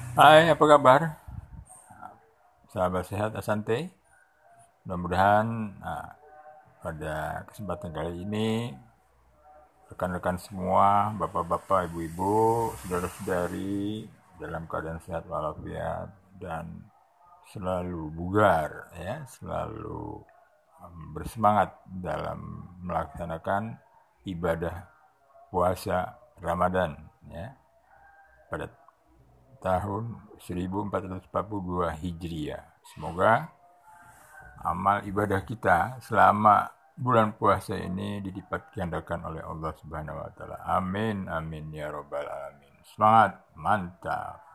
Hai, apa kabar? Sahabat sehat Asante. Mudah-mudahan pada kesempatan kali ini rekan-rekan semua, bapak-bapak, ibu-ibu, saudara-saudari dalam keadaan sehat walafiat dan selalu bugar, ya, selalu bersemangat dalam melaksanakan ibadah puasa Ramadan, ya, pada tahun 1442 Hijriah. Semoga amal ibadah kita selama bulan puasa ini dilipat gandakan oleh Allah Subhanahu wa taala. Amin amin ya robbal alamin. Semangat, mantap.